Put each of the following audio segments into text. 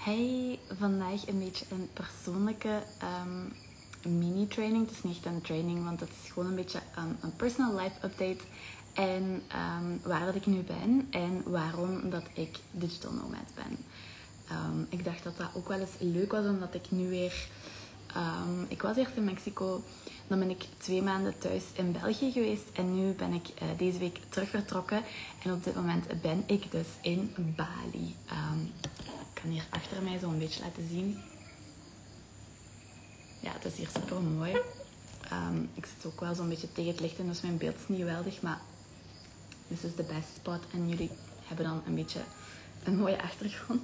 Hey, vandaag een beetje een persoonlijke mini-training. Het is niet echt een training, want het is gewoon een beetje een personal life update. En waar dat ik nu ben en waarom dat ik digital nomad ben. Ik dacht dat dat ook wel eens leuk was, omdat ik nu weer... ik was eerst in Mexico, dan ben ik 2 maanden thuis in België geweest en nu ben ik deze week terug vertrokken. En op dit moment ben ik dus in Bali. Ik kan hier achter mij zo een beetje laten zien. Ja, het is hier super mooi. Ik zit ook wel zo'n beetje tegen het licht en dus mijn beeld is niet geweldig, maar dit is de best spot en jullie hebben dan een beetje een mooie achtergrond.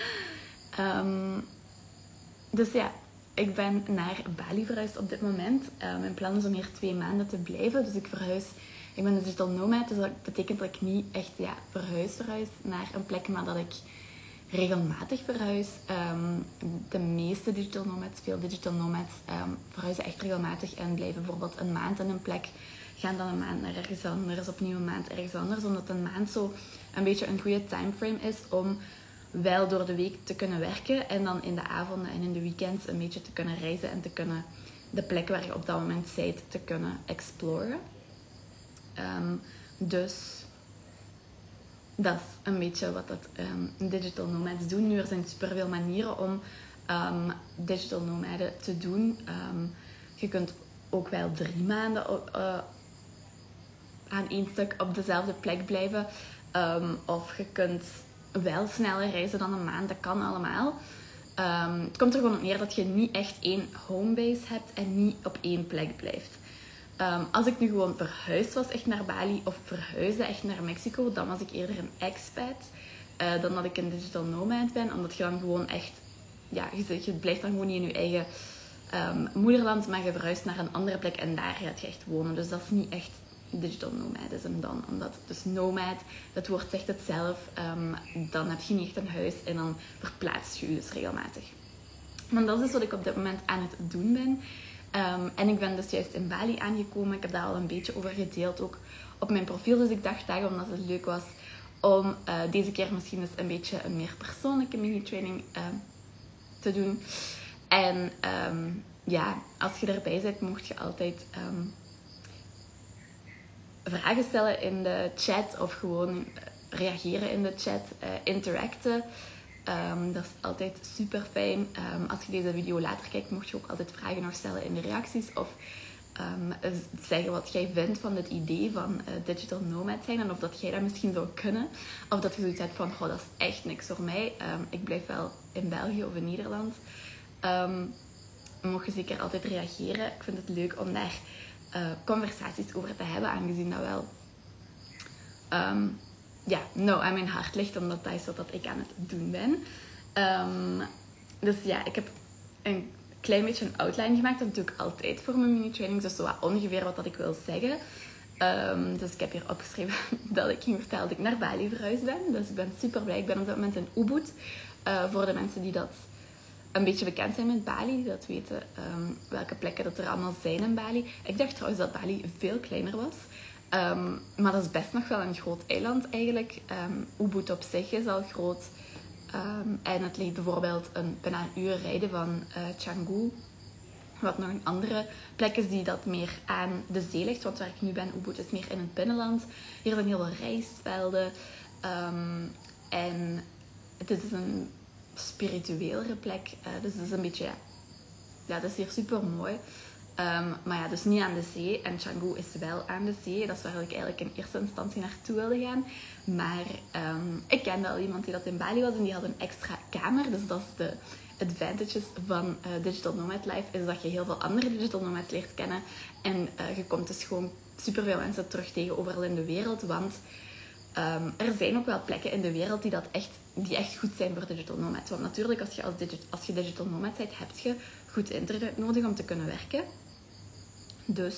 Dus ja, ik ben naar Bali verhuisd op dit moment. Mijn plan is om hier 2 maanden te blijven, dus ik verhuis. Ik ben een digital nomad, dus dat betekent dat ik niet echt verhuis naar een plek, maar dat ik regelmatig verhuis. De meeste digital nomads, veel digital nomads, verhuizen echt regelmatig en blijven bijvoorbeeld een maand in een plek, gaan dan een maand naar ergens anders, opnieuw een maand ergens anders, omdat een maand zo een beetje een goede timeframe is om wel door de week te kunnen werken en dan in de avonden en in de weekends een beetje te kunnen reizen en te kunnen de plek waar je op dat moment bent te kunnen exploren. Dus dat is een beetje wat digital nomads doen. Nu, er zijn superveel manieren om digital nomaden te doen. Je kunt ook wel 3 maanden aan één stuk op dezelfde plek blijven. Of je kunt wel sneller reizen dan een maand. Dat kan allemaal. Het komt er gewoon op neer dat je niet echt één homebase hebt en niet op één plek blijft. Als ik nu gewoon verhuisd was echt naar Bali of verhuisde echt naar Mexico, dan was ik eerder een expat dan dat ik een digital nomad ben. Omdat je dan gewoon echt... Ja, je blijft dan gewoon niet in je eigen moederland, maar je verhuist naar een andere plek en daar gaat je echt wonen. Dus dat is niet echt digital nomadism dan. Omdat, dus nomad, het woord zegt het zelf, dan heb je niet echt een huis en dan verplaats je je dus regelmatig. Maar dat is wat ik op dit moment aan het doen ben. En ik ben dus juist in Bali aangekomen. Ik heb daar al een beetje over gedeeld, ook op mijn profiel. Dus ik dacht daarom dat het leuk was om deze keer misschien eens een beetje een meer persoonlijke mini-training te doen. En als je erbij bent, mocht je altijd vragen stellen in de chat of gewoon reageren in de chat, interacten. Dat is altijd super fijn. Als je deze video later kijkt, mocht je ook altijd vragen nog stellen in de reacties. Of zeggen wat jij vindt van het idee van digital nomad zijn. En of dat jij dat misschien zou kunnen. Of dat je zoiets hebt van, dat is echt niks voor mij. Ik blijf wel in België of in Nederland. Mocht je zeker altijd reageren. Ik vind het leuk om daar conversaties over te hebben. Aangezien dat wel... aan mijn hart ligt, omdat dat is wat ik aan het doen ben. Dus ja, ik heb een klein beetje een outline gemaakt. Dat doe ik altijd voor mijn mini-trainings, dus zo wat ongeveer wat dat ik wil zeggen. Dus ik heb hier opgeschreven dat ik ging vertellen dat ik naar Bali verhuisd ben. Dus ik ben super blij. Ik ben op dit moment in Ubud. Voor de mensen die dat een beetje bekend zijn met Bali, die dat weten welke plekken dat er allemaal zijn in Bali. Ik dacht trouwens dat Bali veel kleiner was. Maar dat is best nog wel een groot eiland eigenlijk. Ubud op zich is al groot. En het ligt bijvoorbeeld bijna een uur rijden van Canggu. Wat nog een andere plek is die dat meer aan de zee ligt. Want waar ik nu ben, Ubud is meer in het binnenland. Hier zijn heel veel rijstvelden. En het is een spirituelere plek. Dus het is een beetje... Ja, dat is hier super mooi. Maar ja, dus niet aan de zee. En Canggu is wel aan de zee. Dat is waar ik eigenlijk in eerste instantie naartoe wilde gaan. Maar ik kende al iemand die dat in Bali was en die had een extra kamer. Dus dat is de advantages van Digital Nomad Life. Is dat je heel veel andere digital nomads leert kennen. En je komt dus gewoon superveel mensen terug tegen overal in de wereld. Want er zijn ook wel plekken in de wereld die echt goed zijn voor digital nomads. Want natuurlijk, als je digital nomad bent, heb je goed internet nodig om te kunnen werken. Dus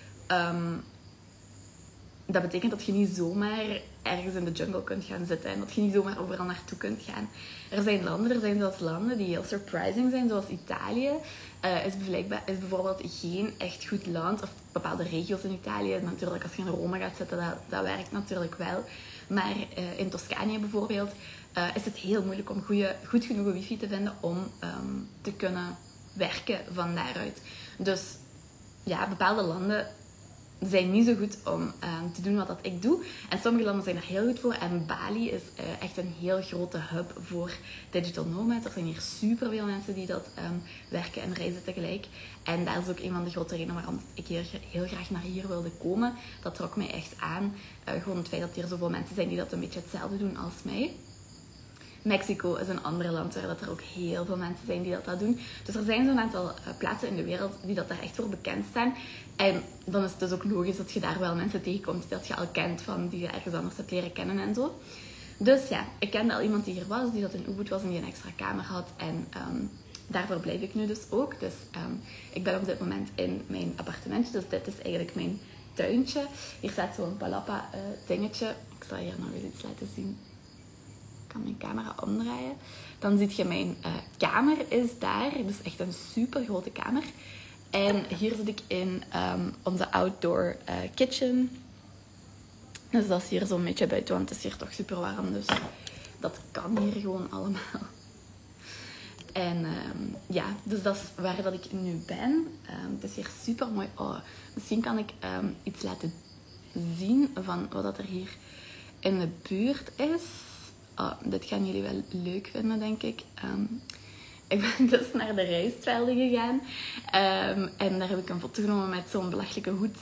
dat betekent dat je niet zomaar ergens in de jungle kunt gaan zitten en dat je niet zomaar overal naartoe kunt gaan. Er zijn zelfs landen die heel surprising zijn, zoals Italië. Is bijvoorbeeld geen echt goed land, of bepaalde regio's in Italië. Natuurlijk, als je in Rome gaat zitten, dat werkt natuurlijk wel. Maar in Toscanië bijvoorbeeld is het heel moeilijk om goed genoeg wifi te vinden om te kunnen werken van daaruit. Dus ja, bepaalde landen zijn niet zo goed om te doen wat dat ik doe. En sommige landen zijn er heel goed voor. En Bali is echt een heel grote hub voor digital nomads. Er zijn hier superveel mensen die dat werken en reizen tegelijk. En dat is ook een van de grote redenen waarom ik hier heel graag naar hier wilde komen. Dat trok mij echt aan. Gewoon het feit dat hier zoveel mensen zijn die dat een beetje hetzelfde doen als mij. Mexico is een ander land waar dat er ook heel veel mensen zijn die dat doen. Dus er zijn zo'n aantal plaatsen in de wereld die dat daar echt voor bekend staan. En dan is het dus ook logisch dat je daar wel mensen tegenkomt die dat je al kent, van die je ergens anders hebt leren kennen en zo. Dus ja, ik kende al iemand die hier was, die dat in Ubud was en die een extra kamer had. En daarvoor blijf ik nu dus ook. Dus ik ben op dit moment in mijn appartementje. Dus dit is eigenlijk mijn tuintje. Hier staat zo'n palapa dingetje. Ik zal hier nog eens iets laten zien. Ik kan mijn camera omdraaien. Dan zie je mijn kamer is daar. Dus echt een super grote kamer. En hier zit ik in onze outdoor kitchen. Dus dat is hier zo'n beetje buiten, want het is hier toch super warm. Dus dat kan hier gewoon allemaal. En ja, dus dat is waar dat ik nu ben. Het is hier super mooi. Oh, misschien kan ik iets laten zien van wat dat er hier in de buurt is. Oh, dit gaan jullie wel leuk vinden, denk ik. Ik ben dus naar de rijstvelden gegaan. En daar heb ik een foto genomen met zo'n belachelijke hoed.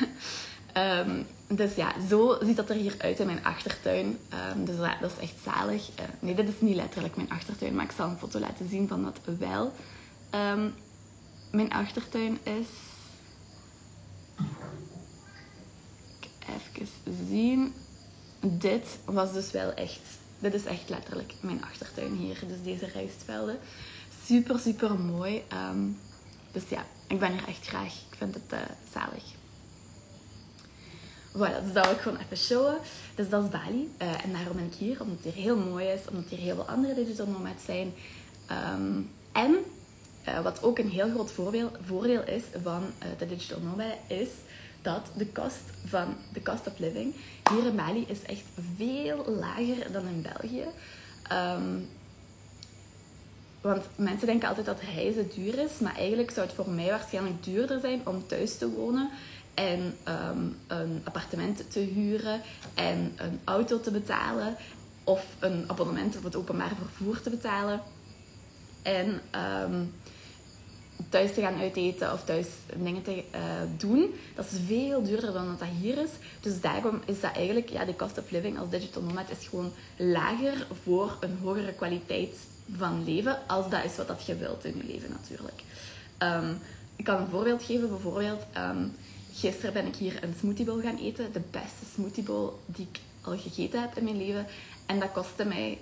Dus ja, zo ziet dat er hier uit in mijn achtertuin. Dus dat is echt zalig. Nee, dit is niet letterlijk mijn achtertuin. Maar ik zal een foto laten zien van wat wel mijn achtertuin is. Even zien. Dit was dus wel echt... Dit is echt letterlijk mijn achtertuin hier. Dus deze rijstvelden. Super, super mooi. Dus ja, ik ben hier echt graag. Ik vind het zalig. Voilà, dus dat wil ik gewoon even showen. Dus dat is Bali. En daarom ben ik hier. Omdat het hier heel mooi is. Omdat hier heel veel andere digital nomads zijn. En wat ook een heel groot voordeel is van de digital nomad is dat de cost of living hier in Bali is echt veel lager dan in België. Want mensen denken altijd dat reizen duur is, maar eigenlijk zou het voor mij waarschijnlijk duurder zijn om thuis te wonen en een appartement te huren en een auto te betalen of een abonnement op het openbaar vervoer te betalen en thuis te gaan uiteten of thuis dingen te doen. Dat is veel duurder dan dat hier is. Dus daarom is dat eigenlijk, ja, de cost of living als digital nomad is gewoon lager voor een hogere kwaliteit van leven, als dat is wat dat je wilt in je leven natuurlijk. Ik kan een voorbeeld geven. Bijvoorbeeld, gisteren ben ik hier een smoothie bowl gaan eten. De beste smoothie bowl die ik al gegeten heb in mijn leven. En dat kostte mij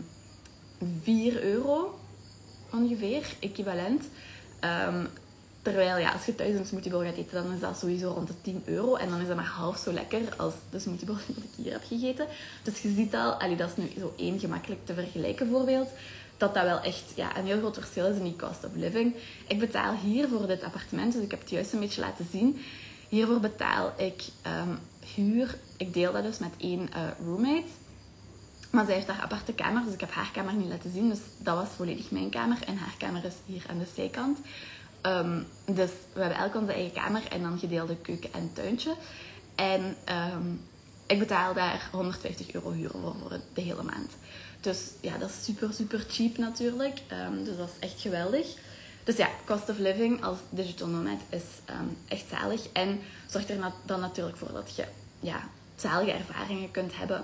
€4 ongeveer, equivalent. Terwijl, ja, als je thuis een smoothie bowl gaat eten, dan is dat sowieso rond de €10. En dan is dat maar half zo lekker als de smoothie bowl die ik hier heb gegeten. Dus je ziet al, dat is nu zo één gemakkelijk te vergelijken voorbeeld, dat wel echt, ja, een heel groot verschil is in die cost of living. Ik betaal hier voor dit appartement, dus ik heb het juist een beetje laten zien. Hiervoor betaal ik huur. Ik deel dat dus met één roommate. Maar zij heeft haar aparte kamer, dus ik heb haar kamer niet laten zien. Dus dat was volledig mijn kamer. En haar kamer is hier aan de zijkant. Dus we hebben elk onze eigen kamer en dan gedeelde keuken en tuintje. En ik betaal daar €150 huur voor de hele maand. Dus ja, dat is super, super cheap natuurlijk. Dus dat is echt geweldig. Dus ja, cost of living als digital nomad is echt zalig. En zorgt er dan natuurlijk voor dat je, ja, zalige ervaringen kunt hebben.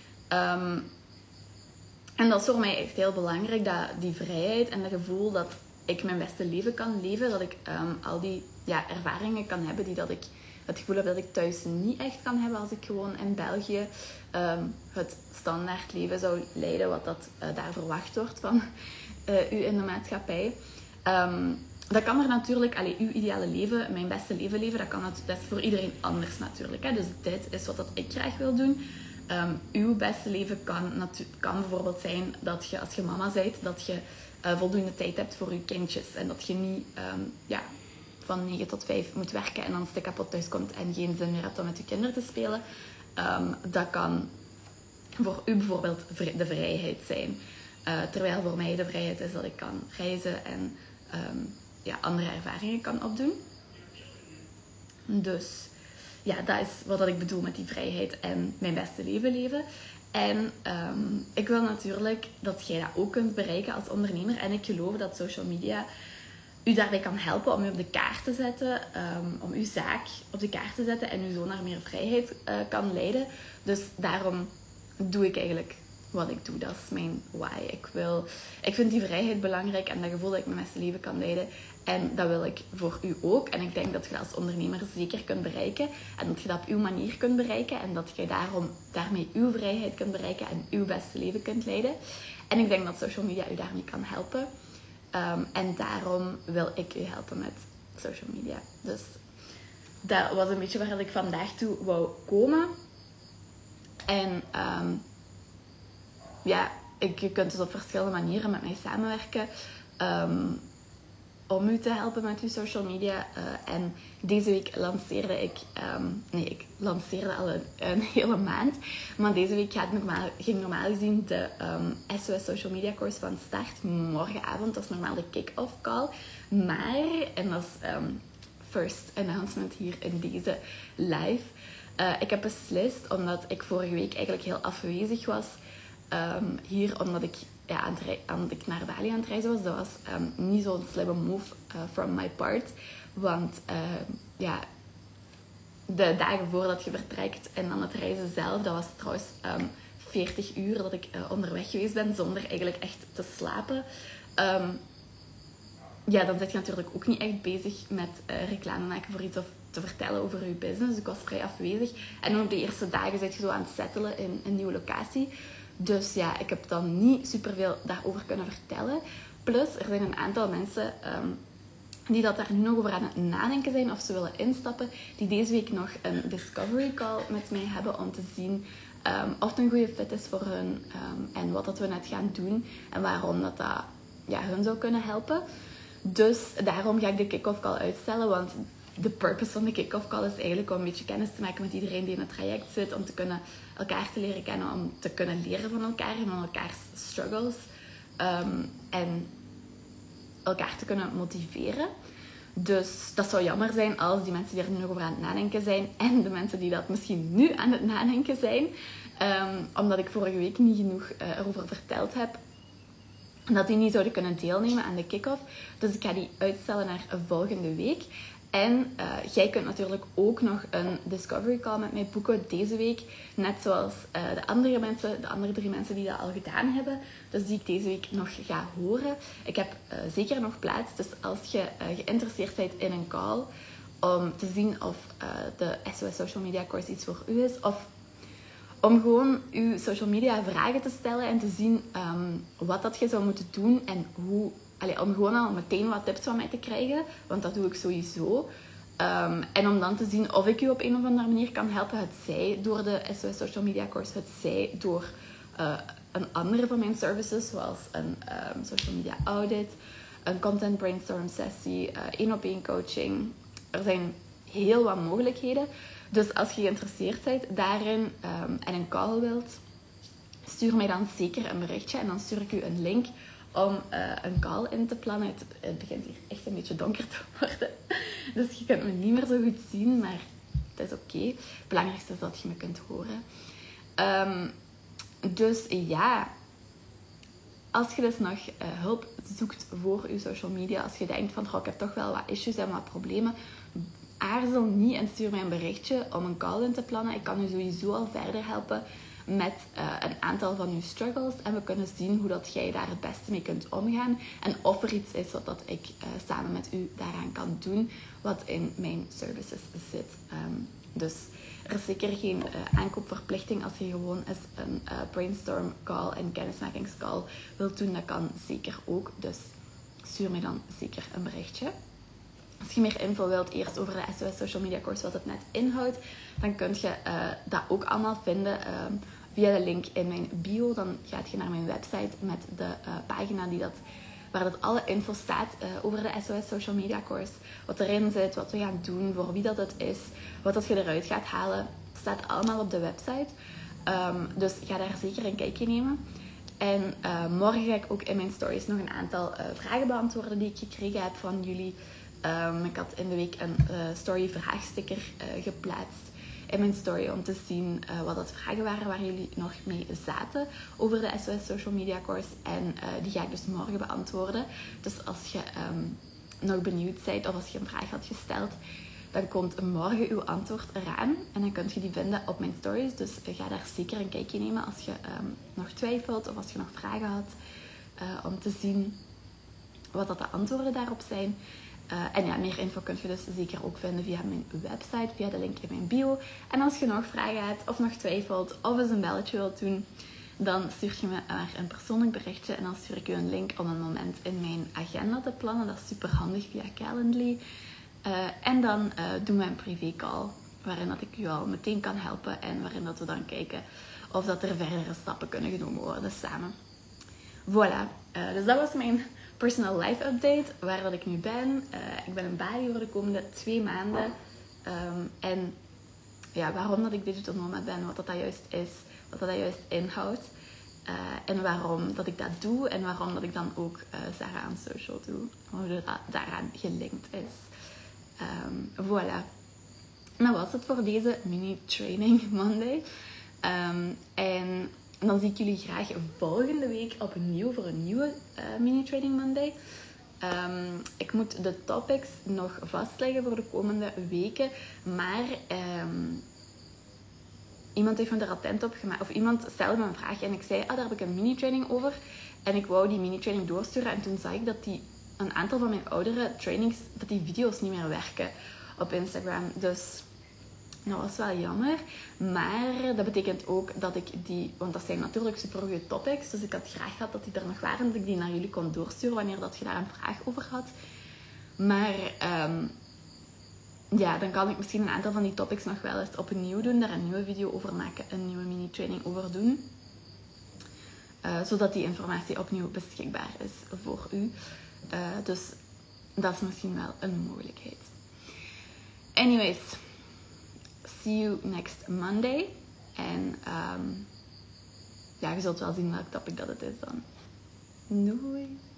En dat is voor mij echt heel belangrijk, dat die vrijheid en dat gevoel dat ik mijn beste leven kan leven. Dat ik al die, ja, ervaringen kan hebben die dat ik het gevoel heb dat ik thuis niet echt kan hebben als ik gewoon in België het standaard leven zou leiden, wat dat daar verwacht wordt van u in de maatschappij. Dat kan er natuurlijk, uw ideale leven, mijn beste leven leven, dat is voor iedereen anders natuurlijk. Hè? Dus dit is wat dat ik graag wil doen. Uw beste leven kan bijvoorbeeld zijn dat je, als je mama bent, dat je voldoende tijd hebt voor je kindjes. En dat je niet van 9 tot 5 moet werken en dan kapot thuis komt en geen zin meer hebt om met je kinderen te spelen. Dat kan voor u bijvoorbeeld de vrijheid zijn. Terwijl voor mij de vrijheid is dat ik kan reizen en andere ervaringen kan opdoen. Dus ja, dat is wat ik bedoel met die vrijheid en mijn beste leven leven. En ik wil natuurlijk dat jij dat ook kunt bereiken als ondernemer. En ik geloof dat social media u daarbij kan helpen om u op de kaart te zetten. Om uw zaak op de kaart te zetten en u zo naar meer vrijheid kan leiden. Dus daarom doe ik eigenlijk wat ik doe. Dat is mijn why. Ik vind die vrijheid belangrijk en dat gevoel dat ik mijn beste leven kan leiden. En dat wil ik voor u ook. En ik denk dat je dat als ondernemer zeker kunt bereiken. En dat je dat op uw manier kunt bereiken. En dat je daarmee uw vrijheid kunt bereiken en uw beste leven kunt leiden. En ik denk dat social media u daarmee kan helpen. En daarom wil ik u helpen met social media. Dus dat was een beetje waar ik vandaag toe wou komen. En je kunt dus op verschillende manieren met mij samenwerken. Om u te helpen met uw social media. En deze week lanceerde ik lanceerde al een hele maand. Maar deze week ging normaal gezien de SOS Social Media Course van start. Morgenavond, dat is normaal de kick-off call. Maar, en dat is first announcement hier in deze live. Ik heb beslist, omdat ik vorige week eigenlijk heel afwezig was. Hier, omdat ik naar Bali aan het reizen was. Dat was niet zo'n slimme move from my part. Want de dagen voordat je vertrekt en dan het reizen zelf, dat was trouwens 40 uur dat ik onderweg geweest ben zonder eigenlijk echt te slapen. Dan zit je natuurlijk ook niet echt bezig met reclame maken voor iets of te vertellen over je business. Dus ik was vrij afwezig. En op de eerste dagen zit je zo aan het settelen in een nieuwe locatie. Dus ja, ik heb dan niet superveel daarover kunnen vertellen. Plus, er zijn een aantal mensen die dat daar nu nog over aan het nadenken zijn of ze willen instappen. Die deze week nog een discovery call met mij hebben om te zien of het een goede fit is voor hun. En wat dat we net gaan doen. En waarom dat hun zou kunnen helpen. Dus daarom ga ik de kick-off call uitstellen. Want de purpose van de kick-off call is eigenlijk om een beetje kennis te maken met iedereen die in het traject zit. Om elkaar te leren kennen, om te kunnen leren van elkaar en van elkaars struggles. En elkaar te kunnen motiveren. Dus dat zou jammer zijn als die mensen die er nu nog over aan het nadenken zijn en de mensen die dat misschien nu aan het nadenken zijn, omdat ik vorige week niet genoeg erover verteld heb, dat die niet zouden kunnen deelnemen aan de kick-off. Dus ik ga die uitstellen naar volgende week. En jij kunt natuurlijk ook nog een discovery call met mij boeken deze week. Net zoals de andere 3 mensen die dat al gedaan hebben. Dus die ik deze week nog ga horen. Ik heb zeker nog plaats. Dus als je geïnteresseerd bent in een call om te zien of de SOS Social Media Course iets voor u is. Of om gewoon uw social media vragen te stellen en te zien wat dat je zou moeten doen en hoe. Om gewoon al meteen wat tips van mij te krijgen, want dat doe ik sowieso. En om dan te zien of ik u op een of andere manier kan helpen. Het zij door de SOS Social Media Course, het zij door een andere van mijn services, zoals een social media audit, een content brainstorm sessie, 1-op-1 coaching. Er zijn heel wat mogelijkheden. Dus als je geïnteresseerd bent daarin en een call wilt, stuur mij dan zeker een berichtje en dan stuur ik u een link om een call in te plannen. Het begint hier echt een beetje donker te worden. Dus je kunt me niet meer zo goed zien, maar het is oké. Het belangrijkste is dat je me kunt horen. Dus ja, als je dus nog hulp zoekt voor je social media, als je denkt van, ik heb toch wel wat issues en wat problemen, aarzel niet en stuur mij een berichtje om een call in te plannen. Ik kan u sowieso al verder helpen met een aantal van uw struggles. En we kunnen zien hoe dat jij daar het beste mee kunt omgaan. En of er iets is wat ik samen met u daaraan kan doen. Wat in mijn services zit. Dus er is zeker geen aankoopverplichting als je gewoon eens een brainstorm call en kennismakingscall wilt doen. Dat kan zeker ook. Dus stuur mij dan zeker een berichtje. Als je meer info wilt eerst over de SOS Social Media Course, wat het net inhoudt, dan kun je dat ook allemaal vinden via de link in mijn bio. Dan ga je naar mijn website met de pagina waar dat alle info staat over de SOS Social Media Course. Wat erin zit, wat we gaan doen, voor wie dat het is, wat dat je eruit gaat halen, staat allemaal op de website. Dus ga daar zeker een kijkje nemen. En morgen ga ik ook in mijn stories nog een aantal vragen beantwoorden die ik gekregen heb van jullie. Ik had in de week een story vraagsticker geplaatst in mijn story om te zien wat dat vragen waren waar jullie nog mee zaten over de SOS Social Media Course. En die ga ik dus morgen beantwoorden. Dus als je nog benieuwd bent of als je een vraag had gesteld, dan komt morgen uw antwoord eraan. En dan kunt je die vinden op mijn stories. Dus ga daar zeker een kijkje nemen als je nog twijfelt of als je nog vragen had. Om te zien wat dat de antwoorden daarop zijn. En ja, meer info kun je dus zeker ook vinden via mijn website, via de link in mijn bio. En als je nog vragen hebt of nog twijfelt of eens een belletje wilt doen, dan stuur je me maar een persoonlijk berichtje en dan stuur ik je een link om een moment in mijn agenda te plannen. Dat is super handig via Calendly. En dan doen we een privé call waarin dat ik je al meteen kan helpen en waarin dat we dan kijken of dat er verdere stappen kunnen genomen worden samen. Voilà, dus dat was mijn personal life update, waar dat ik nu ben. Ik ben in Bali voor de komende 2 maanden. En ja, waarom dat ik digital nomad ben, wat dat juist is, wat dat juist inhoudt. En waarom dat ik dat doe en waarom dat ik dan ook Sarah aan Social doe. Hoe dat daaraan gelinkt is. Voilà. En dat was het voor deze mini training Monday. En dan zie ik jullie graag volgende week opnieuw voor een nieuwe mini training Monday. Ik moet de topics nog vastleggen voor de komende weken. Maar iemand heeft me er attent op gemaakt. Of iemand stelde me een vraag en ik zei, daar heb ik een mini training over. En ik wou die mini training doorsturen. En toen zag ik dat een aantal van mijn oudere trainings, dat die video's niet meer werken op Instagram. Dus dat was wel jammer. Maar dat betekent ook dat ik die, want dat zijn natuurlijk super goede topics. Dus ik had graag gehad dat die er nog waren. Dat ik die naar jullie kon doorsturen wanneer dat je daar een vraag over had. Maar ja, dan kan ik misschien een aantal van die topics nog wel eens opnieuw doen. Daar een nieuwe video over maken. Een nieuwe mini training over doen. Zodat die informatie opnieuw beschikbaar is voor u. Dus dat is misschien wel een mogelijkheid. Anyways, see you next Monday. En ja, je zult wel zien welk topic dat het is dan. Doei!